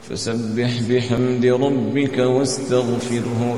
فسبح بحمد ربك واستغفره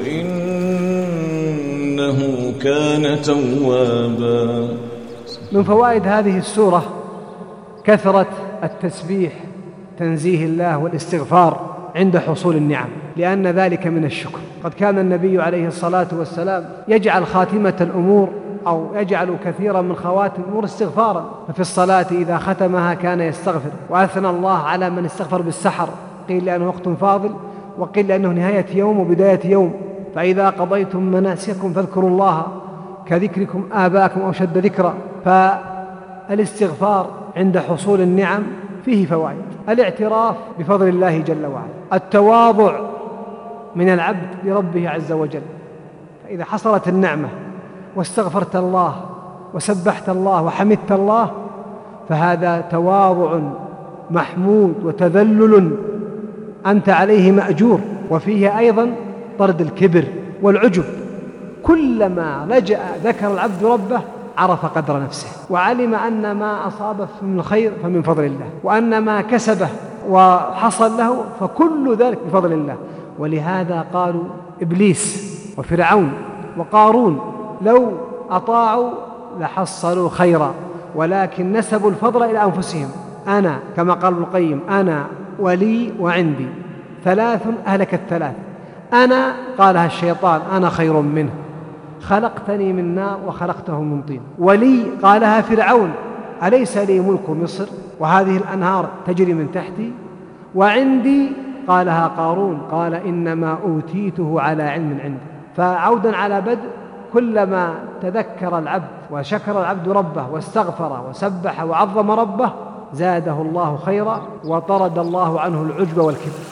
إنه كان توابا. من فوائد هذه السورة كثرة التسبيح، تنزيه الله والاستغفار عند حصول النعم، لأن ذلك من الشكر. قد كان النبي عليه الصلاة والسلام يجعل خاتمة الأمور أو يجعل كثيرا من خواتم الأمور استغفارا، ففي الصلاة إذا ختمها كان يستغفر، وأثنى الله على من استغفر بالسحر، قيل لأنه وقت فاضل، وقيل لأنه نهاية يوم وبداية يوم. فإذا قضيتم مناسككم فاذكروا الله كذكركم آباءكم أو شد ذكرا. فالاستغفار عند حصول النعم فيه فوائد: الاعتراف بفضل الله جل وعلا، التواضع من العبد لربه عز وجل، فإذا حصلت النعمة واستغفرت الله وسبحت الله وحمدت الله فهذا تواضع محمود وتذلل أنت عليه مأجور. وفيه أيضا طرد الكبر والعجب، كلما لجأ ذكر العبد ربه عرف قدر نفسه وعلم أن ما أصابه من الخير فمن فضل الله، وأن ما كسبه وحصل له فكل ذلك بفضل الله. ولهذا قالوا إبليس وفرعون وقارون لو أطاعوا لحصلوا خيرا، ولكن نسبوا الفضل إلى أنفسهم. أنا كما قال ابن القيم: أنا ولي وعندي ثلاث أهلك الثلاث. أنا قالها الشيطان: أنا خير منه، خلقتني من نار وخلقته من طين. ولي قالها فرعون: أليس لي ملك مصر وهذه الأنهار تجري من تحتي. وعندي قالها قارون: قال إنما أوتيته على علم عندي. فعودا على بدء، كلما تذكر العبد وشكر العبد ربه واستغفر وسبح وعظم ربه زاده الله خيرا وطرد الله عنه العجب والكبر.